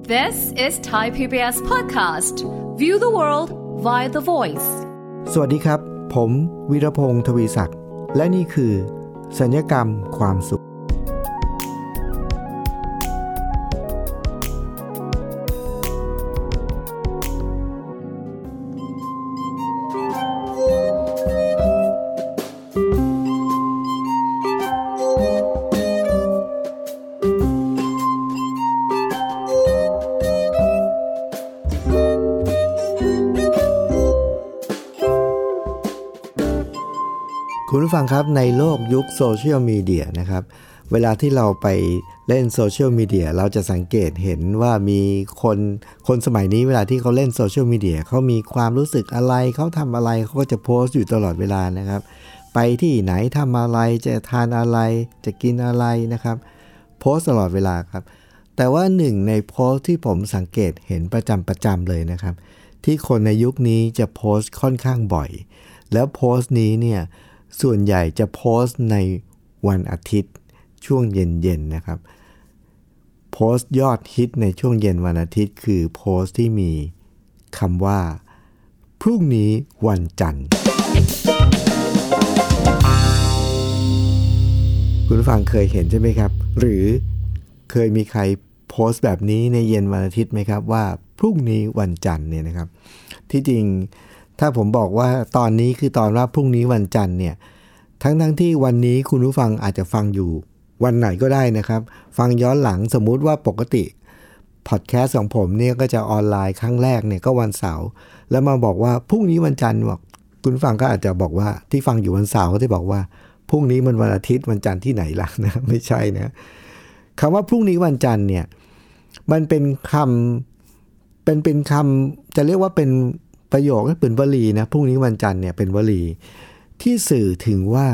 This is Thai PBS podcast. View the world via the voice. สวัสดีครับผมวีรพงศ์ทวีศักดิ์และนี่คือสัญญกรรมความสุขคุณผู้ฟังครับในโลกยุคโซเชียลมีเดียนะครับเวลาที่เราไปเล่นโซเชียลมีเดียเราจะสังเกตเห็นว่ามีคนสมัยนี้เวลาที่เขาเล่นโซเชียลมีเดียเขามีความรู้สึกอะไรเขาทำอะไรเขาก็จะโพสต์อยู่ตลอดเวลานะครับไปที่ไหนทำอะไรจะทานอะไรจะกินอะไรนะครับโพสต์ตลอดเวลาครับแต่ว่าหนึ่งในโพสต์ที่ผมสังเกตเห็นประจำเลยนะครับที่คนในยุคนี้จะโพสต์ค่อนข้างบ่อยแล้วโพสต์นี้เนี่ยส่วนใหญ่จะโพสต์ในวันอาทิตย์ช่วงเย็นๆนะครับโพสต์ยอดฮิตในช่วงเย็นวันอาทิตย์คือโพสต์ที่มีคำว่าพรุ่งนี้วันจันทร์คุณผู้ฟังเคยเห็นใช่ไหมครับหรือเคยมีใครโพสต์แบบนี้ในเย็นวันอาทิตย์ไหมครับว่าพรุ่งนี้วันจันทร์เนี่ยนะครับที่จริงถ้าผมบอกว่าตอนนี้คือตอนว่าพรุ่งนี้วันจันทร์เนี่ยทั้งที่วันนี้คุณผู้ฟังอาจจะฟังอยู่วันไหนก็ได้นะครับฟังย้อนหลังสมมุติว่าปกติพอดแคสต์ของผมเนี่ยก็จะออนไลน์ครั้งแรกเนี่ยก็วันเสาร์แล้วมาบอกว่าพรุ่งนี้วันจันทร์บอกคุณผู้ฟังก็อาจจะบอกว่าที่ฟังอยู่วันเสาร์ที่บอกว่าพรุ่งนี้มันวันอาทิตย์วันจันทร์ที่ไหนล่ะนะไม่ใช่นะคำว่าพรุ่งนี้วันจันทร์เนี่ยมันเป็นคำจะเรียกว่าเป็นประโยคเป็นวลีนะพรุ่งนี้วันจันทร์เนี่ยเป็นวลีที่สื่อถึงว่า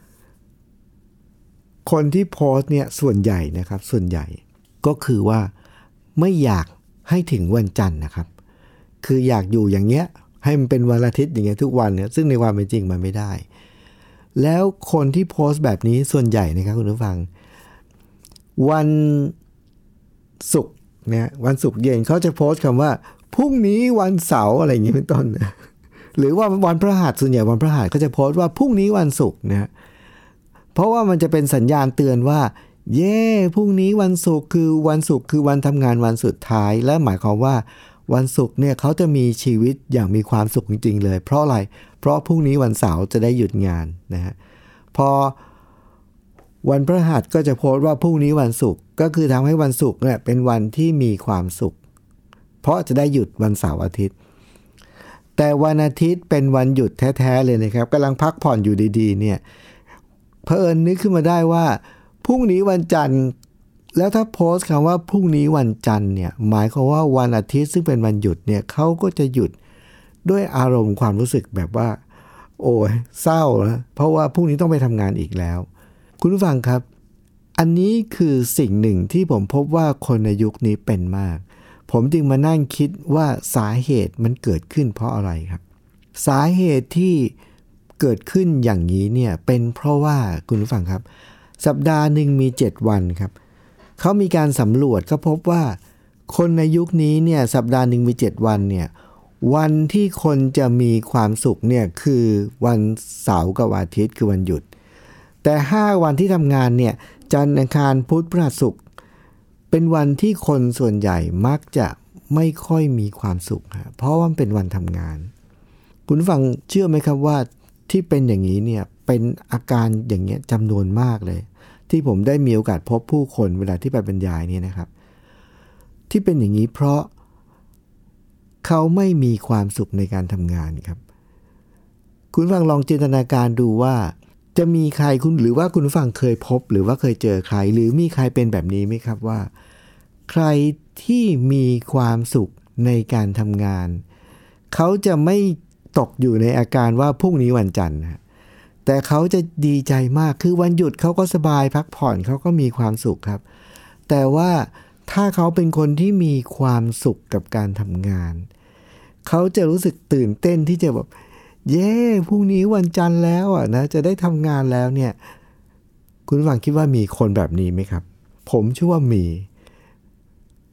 คนที่โพสต์เนี่ยส่วนใหญ่นะครับส่วนใหญ่ก็คือว่าไม่อยากให้ถึงวันจันทร์นะครับคืออยากอยู่อย่างเงี้ยให้มันเป็นวันอาทิตย์อย่างเงี้ยทุกวันเนี่ยซึ่งในความเป็นจริงมันไม่ได้แล้วคนที่โพสต์แบบนี้ส่วนใหญ่นะครับคุณผู้ฟังวันศุกร์เนี่ยวันศุกร์เย็นเขาจะโพสต์คำว่าพรุ่งนี้วันเสาร์อะไรอย่างนี้เป็นต้นนะหรือว่าวันพฤหัสส่วนใหญ่วันพฤหัสก็จะโพสต์ว่าพรุ่งนี้วันศุกร์นะเพราะว่ามันจะเป็นสัญญาณเตือนว่าเย้พรุ่งนี้วันศุกร์คือวันทำงานวันสุดท้ายและหมายความว่าวันศุกร์เนี่ยเขาจะมีชีวิตอย่างมีความสุขจริงๆเลยเพราะอะไรเพราะพรุ่งนี้วันเสาร์จะได้หยุดงานนะฮะพอวันพฤหัสก็จะโพสต์ว่าพรุ่งนี้วันศุกร์ก็คือทำให้วันศุกร์เนี่ยเป็นวันที่มีความสุขเพราะจะได้หยุดวันเสาร์อาทิตย์แต่วันอาทิตย์เป็นวันหยุดแท้ๆเลยนะครับกำลังพักผ่อนอยู่ดีๆเนี่ยเผอิญนึกขึ้นมาได้ว่าพรุ่งนี้วันจันทร์แล้วถ้าโพสต์คำว่าพรุ่งนี้วันจันทร์เนี่ยหมายความว่าวันอาทิตย์ซึ่งเป็นวันหยุดเนี่ยเขาก็จะหยุดด้วยอารมณ์ความรู้สึกแบบว่าโอ้ยเศร้านะเพราะว่าพรุ่งนี้ต้องไปทำงานอีกแล้วคุณผู้ฟังครับอันนี้คือสิ่งหนึ่งที่ผมพบว่าคนในยุคนี้เป็นมากผมจึงมานั่งคิดว่าสาเหตุมันเกิดขึ้นเพราะอะไรครับสาเหตุที่เกิดขึ้นอย่างนี้เนี่ยเป็นเพราะว่าคุณผู้ฟังครับสัปดาห์หนึ่งมี7วันครับเขามีการสำรวจเขาพบว่าคนในยุคนี้เนี่ยสัปดาห์หนึ่งมี7วันเนี่ยวันที่คนจะมีความสุขเนี่ยคือวันเสาร์กับอาทิตย์คือวันหยุดแต่5วันที่ทำงานเนี่ยจันทร์อังคารพุธพฤหัสศุกร์เป็นวันที่คนส่วนใหญ่มักจะไม่ค่อยมีความสุขเพราะว่าเป็นวันทำงานคุณฟังเชื่อไหมครับว่าที่เป็นอย่างนี้เนี่ยเป็นอาการอย่างเงี้ยจำนวนมากเลยที่ผมได้มีโอกาสพบผู้คนเวลาที่ไปบรรยายเนี่ยนะครับที่เป็นอย่างนี้เพราะเขาไม่มีความสุขในการทำงานครับคุณฟังลองจินตนาการดูว่าจะมีใครหรือว่าคุณฟังเคยพบหรือว่าเคยเจอใครหรือมีใครเป็นแบบนี้ไหมครับว่าใครที่มีความสุขในการทำงานเขาจะไม่ตกอยู่ในอาการว่าพรุ่งนี้วันจันทร์นะแต่เขาจะดีใจมากคือวันหยุดเขาก็สบายพักผ่อนเขาก็มีความสุขครับแต่ว่าถ้าเขาเป็นคนที่มีความสุขกับการทำงานเขาจะรู้สึกตื่นเต้นที่จะแบบเย้พรุ่งนี้วันจันทร์แล้วอ่ะนะจะได้ทำงานแล้วเนี่ยคุณผู้ฟังคิดว่ามีคนแบบนี้ไหมครับผมเชื่อว่ามี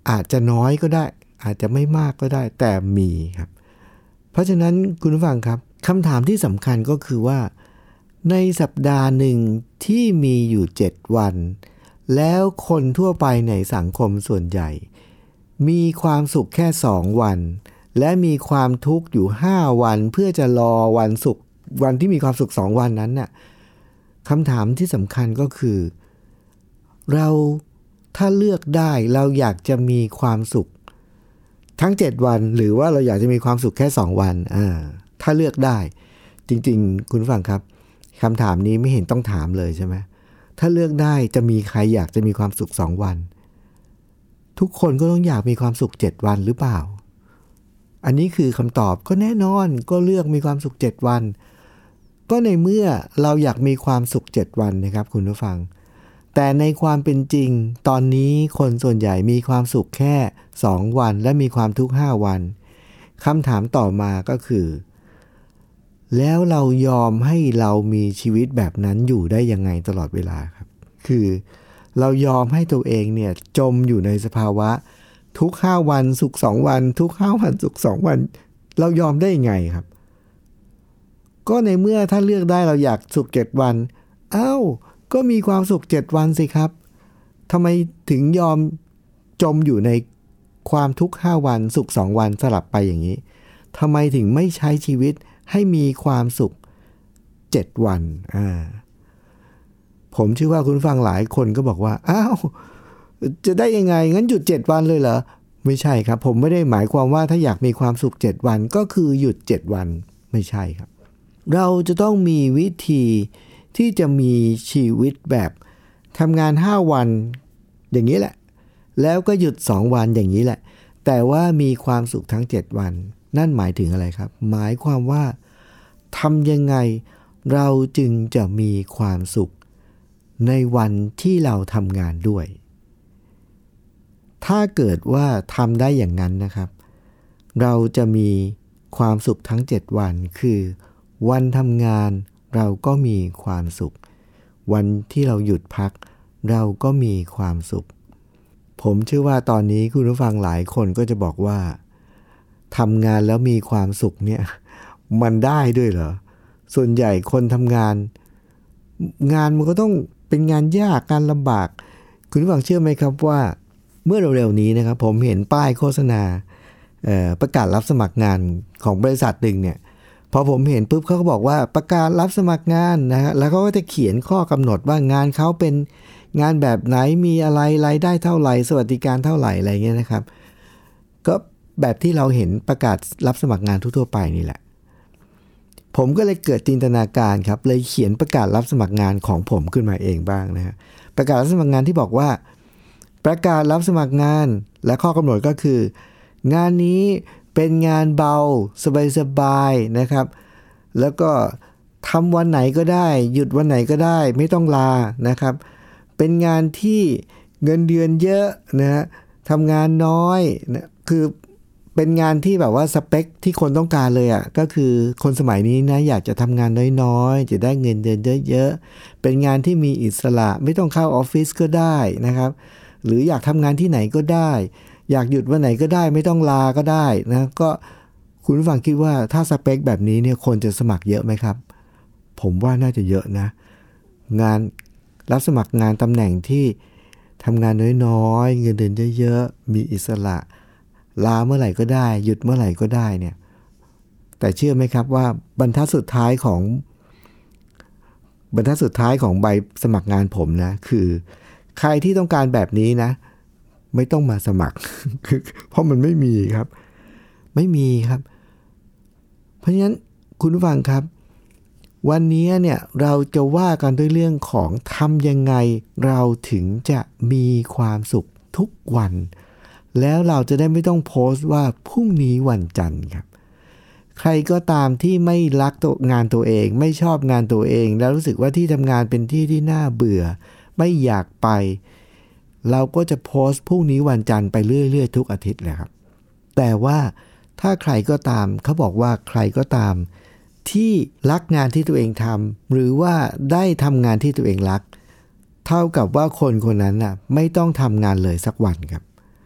อาจจะน้อยก็ได้อาจจะไม่มากก็ได้แต่มีครับเพราะฉะนั้นคุณผู้ฟังครับคำถามที่สำคัญก็คือว่าในสัปดาห์หนึ่งที่มีอยู่7วันแล้วคนทั่วไปในสังคมส่วนใหญ่มีความสุขแค่2วันและมีความทุกข์อยู่5วันเพื่อจะรอวันสุขวันที่มีความสุข2วันนั้นน่ะคำถามที่สำคัญก็คือเราถ้าเลือกได้เราอยากจะมีความสุขทั้ง7วันหรือว่าเราอยากจะมีความสุขแค่2วันถ้าเลือกได้จริงๆคุณผู้ฟังครับคำถามนี้ไม่เห็นต้องถามเลยใช่ไหมถ้าเลือกได้จะมีใครอยากจะมีความสุข2วันทุกคนก็ต้องอยากมีความสุข7วันหรือเปล่าอันนี้คือคำตอบก็แน่นอนก็เลือกมีความสุข7วันก็ในเมื่อเราอยากมีความสุข7วันนะครับคุณผู้ฟังแต่ในความเป็นจริงตอนนี้คนส่วนใหญ่มีความสุขแค่2วันและมีความทุกข์5วันคำถามต่อมาก็คือแล้วเรายอมให้เรามีชีวิตแบบนั้นอยู่ได้ยังไงตลอดเวลาครับคือเรายอมให้ตัวเองเนี่ยจมอยู่ในสภาวะทุก5วันสุข2วันทุก5วันสุข2วันเรายอมได้ยังไงครับก็ในเมื่อถ้าเลือกได้เราอยากสุข7วันก็มีความสุข7วันสิครับทำไมถึงยอมจมอยู่ในความทุกข์5วันสุข2วันสลับไปอย่างนี้ทำไมถึงไม่ใช้ชีวิตให้มีความสุข7วันผมเชื่อว่าคุณฟังหลายคนก็บอกว่าจะได้ยังไงงั้นหยุด7วันเลยเหรอไม่ใช่ครับผมไม่ได้หมายความว่าถ้าอยากมีความสุข7วันก็คือหยุด7วันไม่ใช่ครับเราจะต้องมีวิธีที่จะมีชีวิตแบบทำงาน5วันอย่างนี้แหละแล้วก็หยุด2วันอย่างนี้แหละแต่ว่ามีความสุขทั้ง7วันนั่นหมายถึงอะไรครับหมายความว่าทำยังไงเราจึงจะมีความสุขในวันที่เราทำงานด้วยถ้าเกิดว่าทำได้อย่างนั้นนะครับเราจะมีความสุขทั้ง7วันคือวันทำงานเราก็มีความสุขวันที่เราหยุดพักเราก็มีความสุขผมเชื่อว่าตอนนี้คุณผู้ฟังหลายคนก็จะบอกว่าทำงานแล้วมีความสุขเนี่ยมันได้ด้วยเหรอส่วนใหญ่คนทำงานมันก็ต้องเป็นงานยากการลำบากคุณผู้ฟังเชื่อไหมครับว่าเมื่อเร็วๆนี้นะครับผมเห็นป้ายโฆษณาประกาศรับสมัครงานของบริษัทหนึ่งเนี่ยพอผมเห็นปุ๊บเขาก็บอกว่าประกาศรับสมัครงานนะฮะแล้วเขาก็จะเขียนข้อกำหนดว่างานเขาเป็นงานแบบไหนมีอะไรรายได้เท่าไหร่สวัสดิการเท่าไหร่อะไรเงี้ยนะครับก็แบบที่เราเห็นประกาศรับสมัครงานทั่วๆไปนี่แหละผมก็เลยเกิดจินตนาการครับเลยเขียนประกาศรับสมัครงานของผมขึ้นมาเองบ้างนะฮะประกาศรับสมัครงานที่บอกว่าประกาศรับสมัครงานและข้อกำหนดก็คืองานนี้เป็นงานเบาสบายๆนะครับแล้วก็ทำวันไหนก็ได้หยุดวันไหนก็ได้ไม่ต้องลานะครับเป็นงานที่เงินเดือนเยอะนะทำงานน้อยนะคือเป็นงานที่แบบว่าสเปคที่คนต้องการเลยก็คือคนสมัยนี้นะอยากจะทำงานน้อยๆจะได้เงินเดือนเยอะๆเป็นงานที่มีอิสระไม่ต้องเข้าออฟฟิศก็ได้นะครับหรืออยากทำงานที่ไหนก็ได้อยากหยุดวันไหนก็ได้ไม่ต้องลาก็ได้นะก็คุณผู้ฟังคิดว่าถ้าสเปคแบบนี้เนี่ยคนจะสมัครเยอะไหมครับผมว่าน่าจะเยอะนะงานรับสมัครงานตำแหน่งที่ทำงานน้อยๆเงินเดือนเยอะๆมีอิสระลาเมื่อไหร่ก็ได้หยุดเมื่อไหร่ก็ได้เนี่ยแต่เชื่อไหมครับว่าบรรทัดสุดท้ายของใบสมัครงานผมนะคือใครที่ต้องการแบบนี้นะไม่ต้องมาสมัคร เพราะมันไม่มีครับไม่มีครับเพราะฉะนั้นคุณผู้ฟังครับวันนี้เนี่ยเราจะว่ากันด้วยเรื่องของทำยังไงเราถึงจะมีความสุขทุกวันแล้วเราจะได้ไม่ต้องโพสต์ว่าพรุ่งนี้วันจันทร์ครับใครก็ตามที่ไม่รักงานตัวเองไม่ชอบงานตัวเองแล้วรู้สึกว่าที่ทำงานเป็นที่ที่น่าเบื่อไม่อยากไปเราก็จะโพสต์พรุ่งนี้วันจันทร์ไปเรื่อยๆทุกอาทิตย์เลยครับแต่ว่าถ้าใครก็ตามเขาบอกว่าใครก็ตามที่รักงานที่ตัวเองทำหรือว่าได้ทำงานที่ตัวเองรักเท่ากับว่าคนคนนั้นน่ะไม่ต้องทำงานเลยสักวันครับ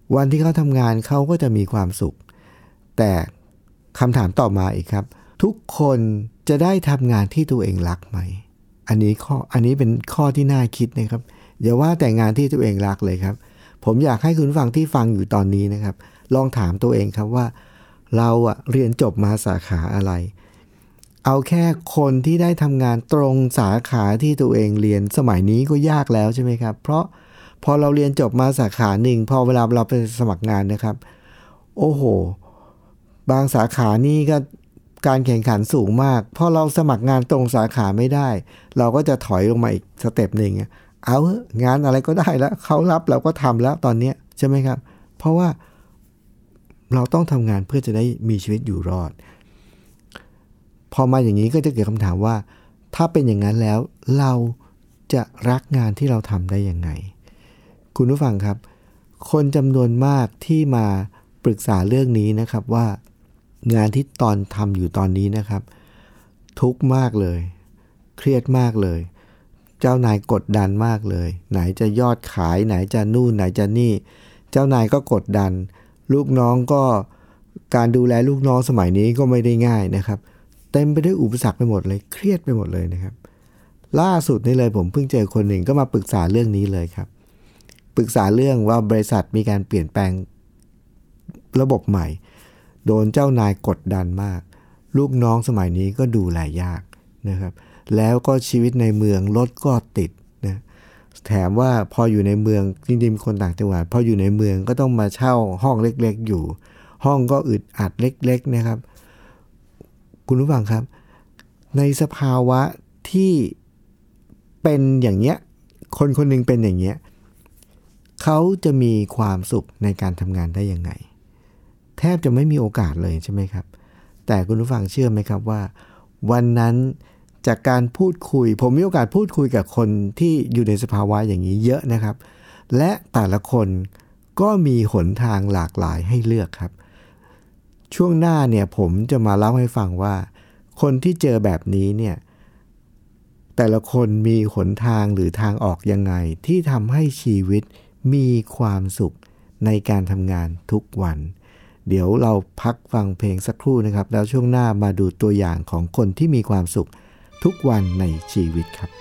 วันที่เขาทำงานเขาก็จะมีความสุขแต่คำถามต่อมาอีกครับทุกคนจะได้ทำงานที่ตัวเองรักไหมอันนี้เป็นข้อที่น่าคิดนะครับอย่าว่าแต่งานที่ตัวเองรักเลยครับผมอยากให้คุณฟังที่ฟังอยู่ตอนนี้นะครับลองถามตัวเองครับว่าเราเรียนจบมาสาขาอะไรเอาแค่คนที่ได้ทำงานตรงสาขาที่ตัวเองเรียนสมัยนี้ก็ยากแล้วใช่ไหมครับเพราะพอเราเรียนจบมาสาขาหนึ่งพอเวลาเราไปสมัครงานนะครับโอ้โหบางสาขานี่ก็การแข่งขันสูงมากพอเราสมัครงานตรงสาขาไม่ได้เราก็จะถอยลงมาอีกสเต็ปหนึ่งเอางานอะไรก็ได้แล้วเขารับเราก็ทำแล้วตอนนี้ใช่ไหมครับเพราะว่าเราต้องทำงานเพื่อจะได้มีชีวิตอยู่รอดพอมาอย่างนี้ก็จะเกิดคำถามว่าถ้าเป็นอย่างนั้นแล้วเราจะรักงานที่เราทำได้ยังไงคุณผู้ฟังครับคนจำนวนมากที่มาปรึกษาเรื่องนี้นะครับว่างานที่ตอนทำอยู่ตอนนี้นะครับทุกข์มากเลยเครียดมากเลยเจ้านายกดดันมากเลยไหนจะยอดขายไหนจะนู่นไหนจะนี่เจ้านายก็กดดันลูกน้องก็การดูแลลูกน้องสมัยนี้ก็ไม่ได้ง่ายนะครับเต็มไปด้วยอุปสรรคไปหมดเลยเครียดไปหมดเลยนะครับล่าสุดนี่เลยผมเพิ่งเจอคนหนึ่งก็มาปรึกษาเรื่องนี้เลยครับปรึกษาเรื่องว่าบริษัทมีการเปลี่ยนแปลงระบบใหม่โดนเจ้านายกดดันมากลูกน้องสมัยนี้ก็ดูแลยากนะครับแล้วก็ชีวิตในเมืองรถก็ติดนะแถมว่าพออยู่ในเมืองจริงๆคนต่างจังหวัดพออยู่ในเมืองก็ต้องมาเช่าห้องเล็กๆอยู่ห้องก็อึดอัดเล็กๆนะครับคุณผู้ฟังครับในสภาวะที่เป็นอย่างเงี้ยคนคนหนึ่งเป็นอย่างเงี้ยเขาจะมีความสุขในการทำงานได้ยังไงแทบจะไม่มีโอกาสเลยใช่ไหมครับแต่คุณผู้ฟังเชื่อไหมครับว่าวันนั้นจากการพูดคุยผมมีโอกาสพูดคุยกับคนที่อยู่ในสภาวะอย่างนี้เยอะนะครับและแต่ละคนก็มีหนทางหลากหลายให้เลือกครับช่วงหน้าเนี่ยผมจะมาเล่าให้ฟังว่าคนที่เจอแบบนี้เนี่ยแต่ละคนมีหนทางหรือทางออกยังไงที่ทำให้ชีวิตมีความสุขในการทำงานทุกวันเดี๋ยวเราพักฟังเพลงสักครู่นะครับแล้วช่วงหน้ามาดูตัวอย่างของคนที่มีความสุขทุกวันในชีวิตครับ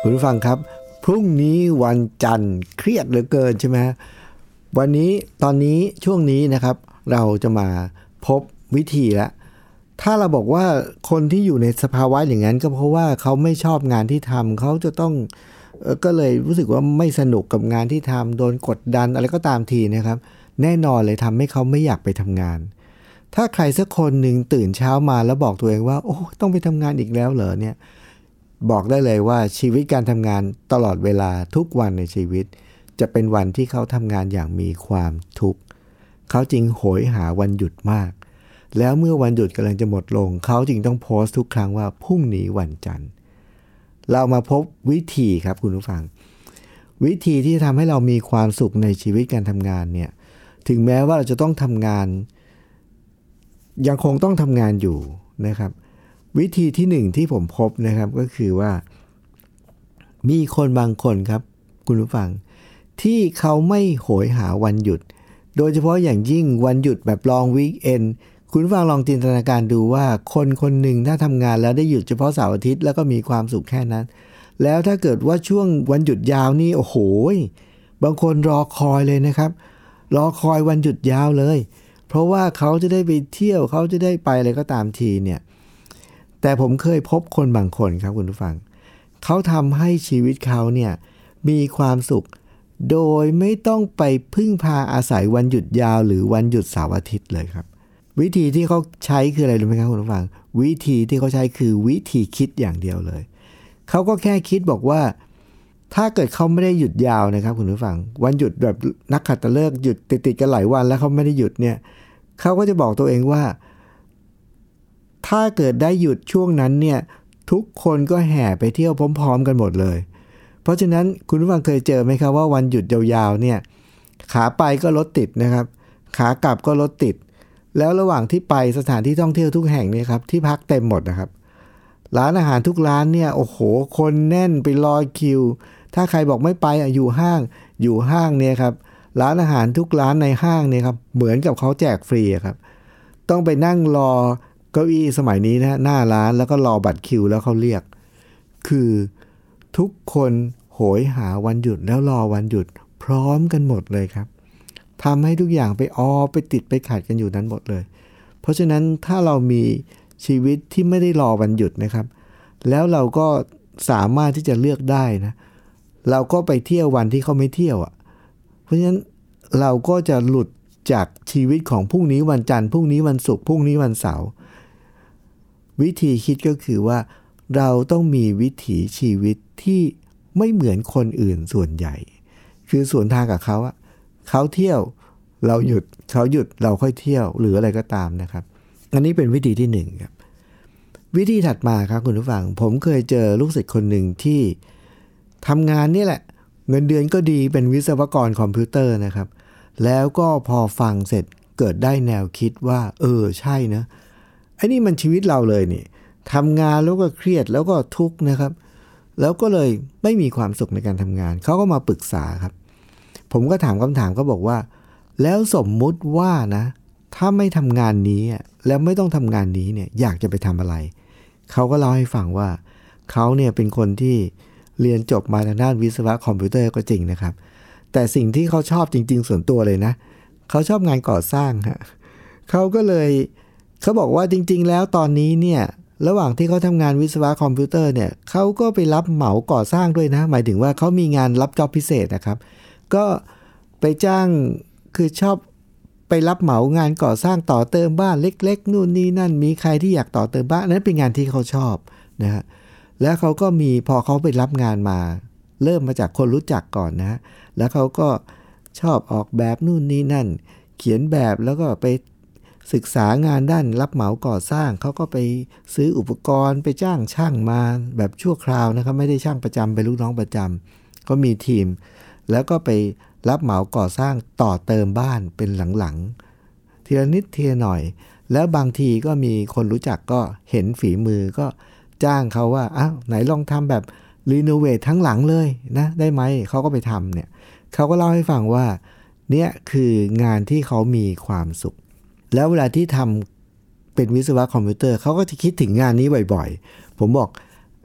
คุณผู้ฟังครับพรุ่งนี้วันจันทร์เครียดเหลือเกินใช่ไหมวันนี้ตอนนี้ช่วงนี้นะครับเราจะมาพบวิธีละถ้าเราบอกว่าคนที่อยู่ในสภาวะอย่างนั้นก็เพราะว่าเขาไม่ชอบงานที่ทำเขาจะต้องก็เลยรู้สึกว่าไม่สนุกกับงานที่ทำโดนกดดันอะไรก็ตามทีนะครับแน่นอนเลยทำให้เขาไม่อยากไปทำงานถ้าใครสักคนหนึ่งตื่นเช้ามาแล้วบอกตัวเองว่าโอ้ต้องไปทำงานอีกแล้วเหรอเนี่ยบอกได้เลยว่าชีวิตการทำงานตลอดเวลาทุกวันในชีวิตจะเป็นวันที่เขาทำงานอย่างมีความทุกข์เขาจึงโหยหาวันหยุดมากแล้วเมื่อวันหยุดกำลังจะหมดลงเขาจึงต้องโพสต์ทุกครั้งว่าพรุ่งนี้วันจันทร์เรามาพบวิธีครับคุณผู้ฟังวิธีที่ทำให้เรามีความสุขในชีวิตการทำงานเนี่ยถึงแม้ว่าเราจะต้องทำงานยังคงต้องทำงานอยู่นะครับวิธีที่หนึ่งที่ผมพบนะครับก็คือว่ามีคนบางคนครับคุณผู้ฟังที่เขาไม่โหยหาวันหยุดโดยเฉพาะอย่างยิ่งวันหยุดแบบลองวีคเอนด์คุณผู้ฟังลองจินตนาการดูว่าคนคนหนึ่งถ้าทำงานแล้วได้หยุดเฉพาะเสาร์อาทิตย์แล้วก็มีความสุขแค่นั้นแล้วถ้าเกิดว่าช่วงวันหยุดยาวนี่โอ้โหบางคนรอคอยเลยนะครับรอคอยวันหยุดยาวเลยเพราะว่าเขาจะได้ไปเที่ยวเขาจะได้ไปอะไรก็ตามทีเนี่ยแต่ผมเคยพบคนบางคนครับคุณผู้ฟังเขาทำให้ชีวิตเขาเนี่ยมีความสุขโดยไม่ต้องไปพึ่งพาอาศัยวันหยุดยาวหรือวันหยุดเสาร์อาทิตย์เลยครับวิธีที่เขาใช้คืออะไรรู้ไหมครับคุณผู้ฟังวิธีที่เขาใช้คือวิธีคิดอย่างเดียวเลยเขาก็แค่คิดบอกว่าถ้าเกิดเขาไม่ได้หยุดยาวนะครับคุณผู้ฟังวันหยุดแบบนักขัตฤกษ์หยุดติดกันหลายวันแล้วเขาไม่ได้หยุดเนี่ยเขาก็จะบอกตัวเองว่าถ้าเกิดได้หยุดช่วงนั้นเนี่ยทุกคนก็แห่ไปเที่ยวพร้อมๆกันหมดเลยเพราะฉะนั้นคุณผู้ฟังเคยเจอไหมครับว่าวันหยุดยาวๆเนี่ยขาไปก็รถติดนะครับขากลับก็รถติดแล้วระหว่างที่ไปสถานที่ท่องเที่ยวทุกแห่งเนี่ยครับที่พักเต็มหมดนะครับร้านอาหารทุกร้านเนี่ยโอ้โหคนแน่นไปรอคิวถ้าใครบอกไม่ไปอยู่ห้างเนี่ยครับร้านอาหารทุกร้านในห้างเนี่ยครับเหมือนกับเขาแจกฟรีครับต้องไปนั่งรอเก้าอี้สมัยนี้นะหน้าร้านแล้วก็รอบัตรคิวแล้วเขาเรียกคือทุกคนโหยหาวันหยุดแล้วรอวันหยุดพร้อมกันหมดเลยครับทำให้ทุกอย่างไปติดไปขัดกันอยู่นั้นหมดเลยเพราะฉะนั้นถ้าเรามีชีวิตที่ไม่ได้รอวันหยุดนะครับแล้วเราก็สามารถที่จะเลือกได้นะเราก็ไปเที่ยววันที่เขาไม่เที่ยวอ่ะเพราะฉะนั้นเราก็จะหลุดจากชีวิตของพรุ่งนี้วันจันทร์พรุ่งนี้วันศุกร์พรุ่งนี้วันเสาร์วิธีคิดก็คือว่าเราต้องมีวิถีชีวิตที่ไม่เหมือนคนอื่นส่วนใหญ่คือส่วนทางกับเขาอะเขาเที่ยวเราหยุดเขาหยุดเราค่อยเที่ยวหรืออะไรก็ตามนะครับอันนี้เป็นวิธีที่หนึ่งครับวิธีถัดมาครับคุณผู้ฟังผมเคยเจอลูกศิษย์คนหนึ่งที่ทำงานนี่แหละเงินเดือนก็ดีเป็นวิศวกรคอมพิวเตอร์นะครับแล้วก็พอฟังเสร็จเกิดได้แนวคิดว่าใช่นะไอ้นี่มันชีวิตเราเลยนี่ทำงานแล้วก็เครียดแล้วก็ทุกข์นะครับแล้วก็เลยไม่มีความสุขในการทำงานเขาก็มาปรึกษาครับผมก็ถามคำถามก็บอกว่าแล้วสมมุติว่านะถ้าไม่ทำงานนี้แล้วไม่ต้องทำงานนี้เนี่ยอยากจะไปทำอะไรเขาก็เล่าให้ฟังว่าเขาเนี่ยเป็นคนที่เรียนจบมาทางด้านวิศวะคอมพิวเตอร์ก็จริงนะครับแต่สิ่งที่เขาชอบจริงๆส่วนตัวเลยนะเขาชอบงานก่อสร้างฮะเขาก็เลยเขาบอกว่าจริงๆแล้วตอนนี้เนี่ยระหว่างที่เขาทำงานวิศวะคอมพิวเตอร์เนี่ยเขาก็ไปรับเหมาก่อสร้างด้วยนะหมายถึงว่าเขามีงานรับจ็อบพิเศษนะครับก็ไปจ้างคือชอบไปรับเหมางานก่อสร้างต่อเติมบ้านเล็กๆนู่นนี่นั่นมีใครที่อยากต่อเติมบ้านนั้นเป็นงานที่เขาชอบนะฮะแล้วเขาก็มีพอเขาไปรับงานมาเริ่มมาจากคนรู้จักก่อนนะแล้วเขาก็ชอบออกแบบนู่นนี่นั่นเขียนแบบแล้วก็ไปศึกษางานด้านรับเหมาก่อสร้างเขาก็ไปซื้ออุปกรณ์ไปจ้างช่างมาแบบชั่วคราวนะครับไม่ได้ช่างประจำเป็นลูกน้องประจำก็มีทีมแล้วก็ไปรับเหมาก่อสร้างต่อเติมบ้านเป็นหลังๆทีละนิดทีละหน่อยแล้วบางทีก็มีคนรู้จักก็เห็นฝีมือก็จ้างเขาว่าอ้าวไหนลองทำแบบรีโนเวททั้งหลังเลยนะได้ไหมเขาก็ไปทำเนี่ยเขาก็เล่าให้ฟังว่าเนี่ยคืองานที่เขามีความสุขแล้วเวลาที่ทำเป็นวิศวะคอมพิวเตอร์เขาก็จะคิดถึงงานนี้บ่อยๆผมบอก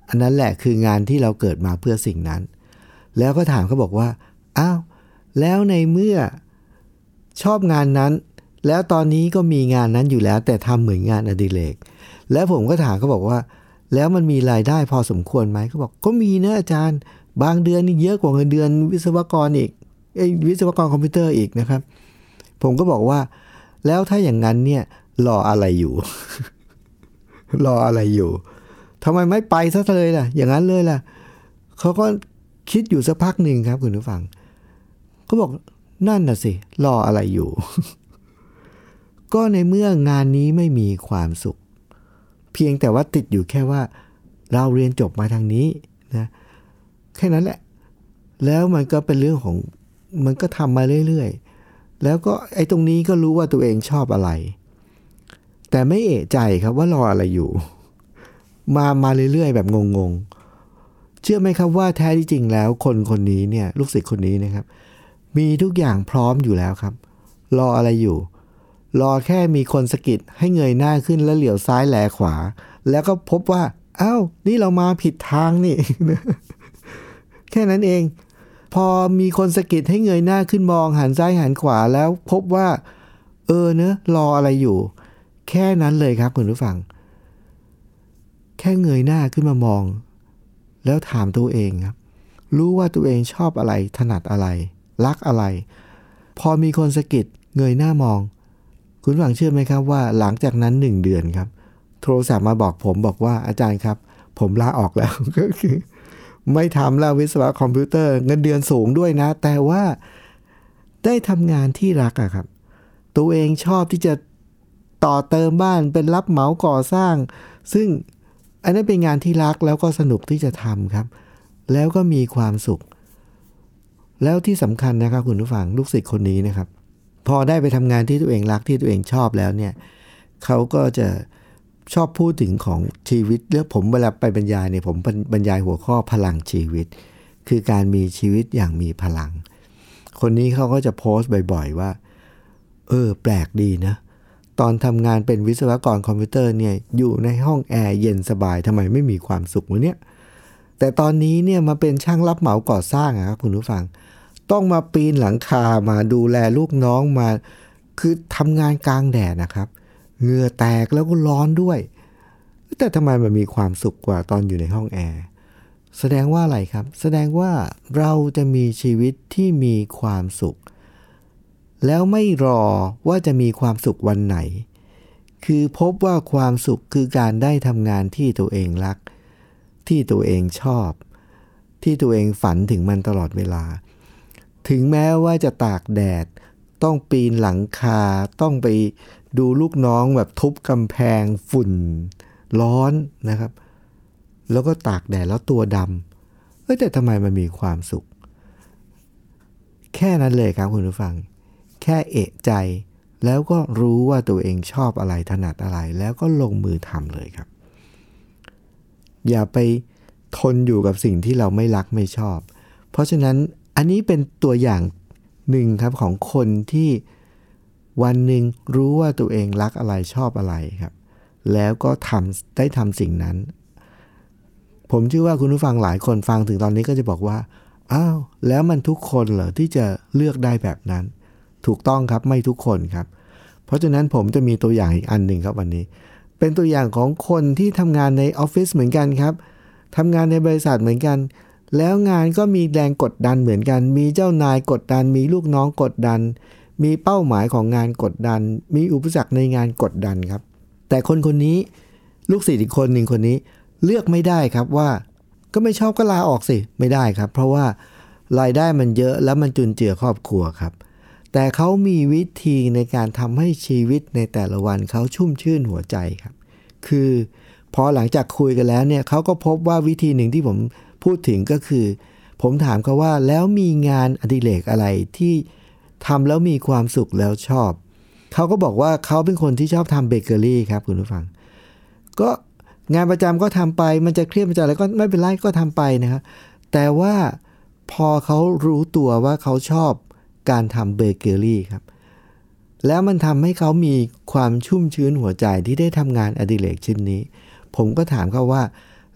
อันนั้นแหละคืองานที่เราเกิดมาเพื่อสิ่งนั้นแล้วก็ถามเขาบอกว่าอ้าวแล้วในเมื่อชอบงานนั้นแล้วตอนนี้ก็มีงานนั้นอยู่แล้วแต่ทำเหมือนงานอดิเรกแล้วผมก็ถามเขาบอกว่าแล้วมันมีรายได้พอสมควรไหมเขาบอกก็มีนะอาจารย์บางเดือนนี่เยอะกว่าเงินเดือนวิศวกรอีกวิศวกรคอมพิวเตอร์อีกนะครับผมก็บอกว่าแล้วถ้าอย่างนั้นเนี่ยรออะไรอยู่ รออะไรอยู่ทำไมไม่ไปซะเลยล่ะอย่างนั้นเลยล่ะเขาก็คิดอยู่สักพักหนึ่งครับคุณผู้ฟังเขาบอกนั่นน่ะสิรออะไรอยู่ ก็ในเมื่องานนี้ไม่มีความสุขเพียงแต่ว่าติดอยู่แค่ว่าเราเรียนจบมาทางนี้นะแค่นั้นแหละแล้วมันก็เป็นเรื่องของมันก็ทำมาเรื่อยๆแล้วก็ไอ้ตรงนี้ก็รู้ว่าตัวเองชอบอะไรแต่ไม่เอะใจครับว่ารออะไรอยู่มาเรื่อยๆแบบงงๆเชื่อไหมครับว่าแท้ที่จริงแล้วคนนี้เนี่ยลูกศิษย์คนนี้นะครับมีทุกอย่างพร้อมอยู่แล้วครับรออะไรอยู่รอแค่มีคนสะกิดให้เงยหน้าขึ้นแล้วเหลียวซ้ายแลขวาแล้วก็พบว่าอ้าวนี่เรามาผิดทางนี่ แค่นั้นเองพอมีคนสะกิดให้เงยหน้าขึ้นมองหันซ้ายหันขวาแล้วพบว่าเนอะรออะไรอยู่แค่นั้นเลยครับคุณผู้ฟังแค่เงยหน้าขึ้นมามองแล้วถามตัวเองครับรู้ว่าตัวเองชอบอะไรถนัดอะไรรักอะไรพอมีคนสะกิดเงยหน้ามองคุณผู้ฟังเชื่อไหมครับว่าหลังจากนั้น1 เดือนครับโทรศัพท์มาบอกผมบอกว่าอาจารย์ครับผมลาออกแล้ว ก็คือไม่ทำแล้ววิศวะคอมพิวเตอร์เงินเดือนสูงด้วยนะแต่ว่าได้ทำงานที่รักอะครับตัวเองชอบที่จะต่อเติมบ้านเป็นรับเหมาก่อสร้างซึ่งอันนั้นเป็นงานที่รักแล้วก็สนุกที่จะทำครับแล้วก็มีความสุขแล้วที่สำคัญนะครับคุณผู้ฟังลูกศิษย์คนนี้นะครับพอได้ไปทำงานที่ตัวเองรักที่ตัวเองชอบแล้วเนี่ยเขาก็จะชอบพูดถึงของชีวิตแล้วผมเวลาไปบรรยายเนี่ยผมบรรยายหัวข้อพลังชีวิตคือการมีชีวิตอย่างมีพลังคนนี้เขาก็จะโพสต์บ่อยๆว่าแปลกดีนะตอนทำงานเป็นวิศวกรคอมพิวเตอร์เนี่ยอยู่ในห้องแอร์เย็นสบายทำไมไม่มีความสุขวะเนี่ยแต่ตอนนี้เนี่ยมาเป็นช่างรับเหมาก่อสร้างครับคุณผู้ฟังต้องมาปีนหลังคามาดูแลลูกน้องมาคือทำงานกลางแดดนะครับเหงื่อแตกแล้วก็ร้อนด้วยแต่ทำไมมันมีความสุขกว่าตอนอยู่ในห้องแอร์แสดงว่าอะไรครับแสดงว่าเราจะมีชีวิตที่มีความสุขแล้วไม่รอว่าจะมีความสุขวันไหนคือพบว่าความสุขคือการได้ทำงานที่ตัวเองรักที่ตัวเองชอบที่ตัวเองฝันถึงมันตลอดเวลาถึงแม้ว่าจะตากแดดต้องปีนหลังคาต้องไปดูลูกน้องแบบทุบกำแพงฝุ่นร้อนนะครับแล้วก็ตากแดดแล้วตัวดำแต่ทำไมมันมีความสุขแค่นั้นเลยครับคุณผู้ฟังแค่เอะใจแล้วก็รู้ว่าตัวเองชอบอะไรถนัดอะไรแล้วก็ลงมือทำเลยครับอย่าไปทนอยู่กับสิ่งที่เราไม่รักไม่ชอบเพราะฉะนั้นอันนี้เป็นตัวอย่างหนึ่งครับของคนที่วันหนึ่งรู้ว่าตัวเองรักอะไรชอบอะไรครับแล้วก็ได้ทำสิ่งนั้นผมเชื่อว่าคุณผู้ฟังหลายคนฟังถึงตอนนี้ก็จะบอกว่าอ้าวแล้วมันทุกคนเหรอที่จะเลือกได้แบบนั้นถูกต้องครับไม่ทุกคนครับเพราะฉะนั้นผมจะมีตัวอย่างอีกอันหนึ่งครับวันนี้เป็นตัวอย่างของคนที่ทำงานในออฟฟิศเหมือนกันครับทำงานในบริษัทเหมือนกันแล้วงานก็มีแรงกดดันเหมือนกันมีเจ้านายกดดันมีลูกน้องกดดันมีเป้าหมายของงานกดดันมีอุปสรรคในงานกดดันครับแต่คนนี้ลูกศิษย์อีกคนหนึ่งคนนี้เลือกไม่ได้ครับว่าก็ไม่ชอบก็ลาออกสิไม่ได้ครับเพราะว่ารายได้มันเยอะแล้วมันจุนเจือครอบครัวครับแต่เขามีวิธีในการทำให้ชีวิตในแต่ละวันเขาชุ่มชื่นหัวใจครับคือพอหลังจากคุยกันแล้วเนี่ยเขาก็พบว่าวิธีหนึ่งที่ผมพูดถึงก็คือผมถามเขาว่าแล้วมีงานอดิเรกอะไรที่ทำแล้วมีความสุขแล้วชอบเขาก็บอกว่าเขาเป็นคนที่ชอบทำเบเกอรี่ครับคุณผู้ฟังก็งานประจำก็ทำไปมันจะเครียดมันจะอะไรก็ไม่เป็นไรก็ทำไปนะครับแต่ว่าพอเขารู้ตัวว่าเขาชอบการทำเบเกอรี่ครับแล้วมันทำให้เขามีความชุ่มชื้นหัวใจที่ได้ทำงานอดิเรกชิ้นนี้ผมก็ถามเขาว่า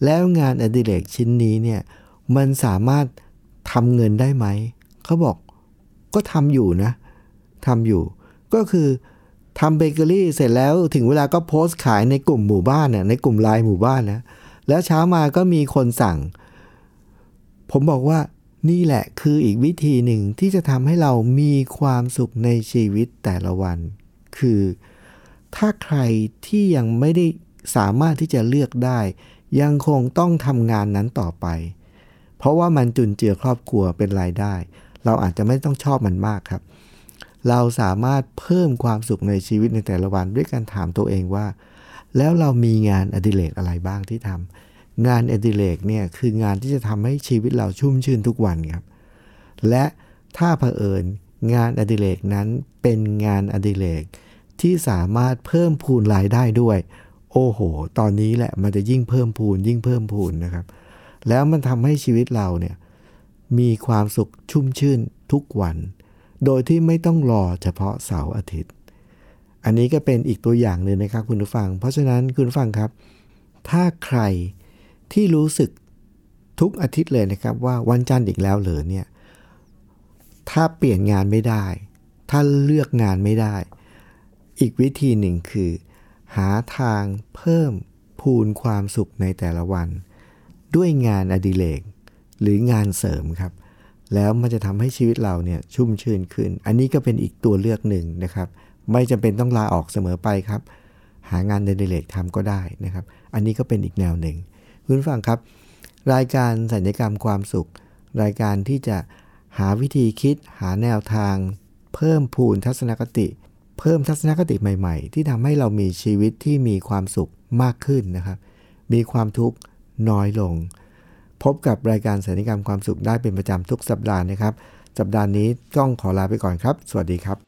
แล้วงานอดิเรกชิ้นนี้เนี่ยมันสามารถทำเงินได้ไหมเขาบอกก็ทำอยู่นะทำอยู่ก็คือทำเบเกอรี่เสร็จแล้วถึงเวลาก็โพสต์ขายในกลุ่มหมู่บ้านน่ะในกลุ่มไลน์หมู่บ้านนะแล้วเช้ามาก็มีคนสั่งผมบอกว่านี่แหละคืออีกวิธีหนึ่งที่จะทำให้เรามีความสุขในชีวิตแต่ละวันคือถ้าใครที่ยังไม่ได้สามารถที่จะเลือกได้ยังคงต้องทำงานนั้นต่อไปเพราะว่ามันจุนเจือครอบครัวเป็นรายได้เราอาจจะไม่ต้องชอบมันมากครับเราสามารถเพิ่มความสุขในชีวิตในแต่ละวันด้วยการถามตัวเองว่าแล้วเรามีงานอดิเรกอะไรบ้างที่ทำงานอดิเรกเนี่ยคืองานที่จะทำให้ชีวิตเราชุ่มชื่นทุกวันครับและถ้าเผอิญงานอดิเรกนั้นเป็นงานอดิเรกที่สามารถเพิ่มพูนรายได้ด้วยโอ้โหตอนนี้แหละมันจะยิ่งเพิ่มพูนนะครับแล้วมันทำให้ชีวิตเราเนี่ยมีความสุขชุ่มชื่นทุกวันโดยที่ไม่ต้องรอเฉพาะเสาร์อาทิตย์อันนี้ก็เป็นอีกตัวอย่างหนึ่งนะครับคุณผู้ฟังเพราะฉะนั้นคุณผู้ฟังครับถ้าใครที่รู้สึกทุกอาทิตย์เลยนะครับว่าวันจันทร์อีกแล้วเหรอเนี่ยถ้าเปลี่ยนงานไม่ได้ถ้าเลือกงานไม่ได้อีกวิธีหนึ่งคือหาทางเพิ่มพูนความสุขในแต่ละวันด้วยงานอดิเรกหรืองานเสริมครับแล้วมันจะทำให้ชีวิตเราเนี่ยชุ่มชื่นขึ้นอันนี้ก็เป็นอีกตัวเลือกหนึ่งนะครับไม่จำเป็นต้องลาออกเสมอไปครับหางานอดิเรกทำก็ได้นะครับอันนี้ก็เป็นอีกแนวหนึ่งคุณผู้ฟังครับรายการสัญญกรรมความสุขรายการที่จะหาวิธีคิดหาแนวทางเพิ่มพูนทัศนคติเพิ่มทัศนคติใหม่ๆที่ทำให้เรามีชีวิตที่มีความสุขมากขึ้นนะครับมีความทุกข์น้อยลงพบกับรายการสัญญกรรมความสุขได้เป็นประจำทุกสัปดาห์นะครับสัปดาห์นี้ต้องขอลาไปก่อนครับสวัสดีครับ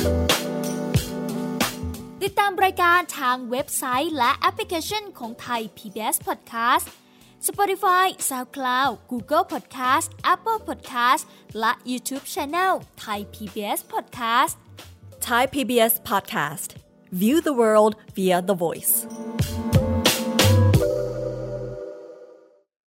ติดตามรายการทางเว็บไซต์และแอปพลิเคชันของไทย PBS Podcast Spotify SoundCloud Google Podcast Apple Podcast และ YouTube Channel Thai PBS Podcast Thai PBS Podcast. View the world via the voice.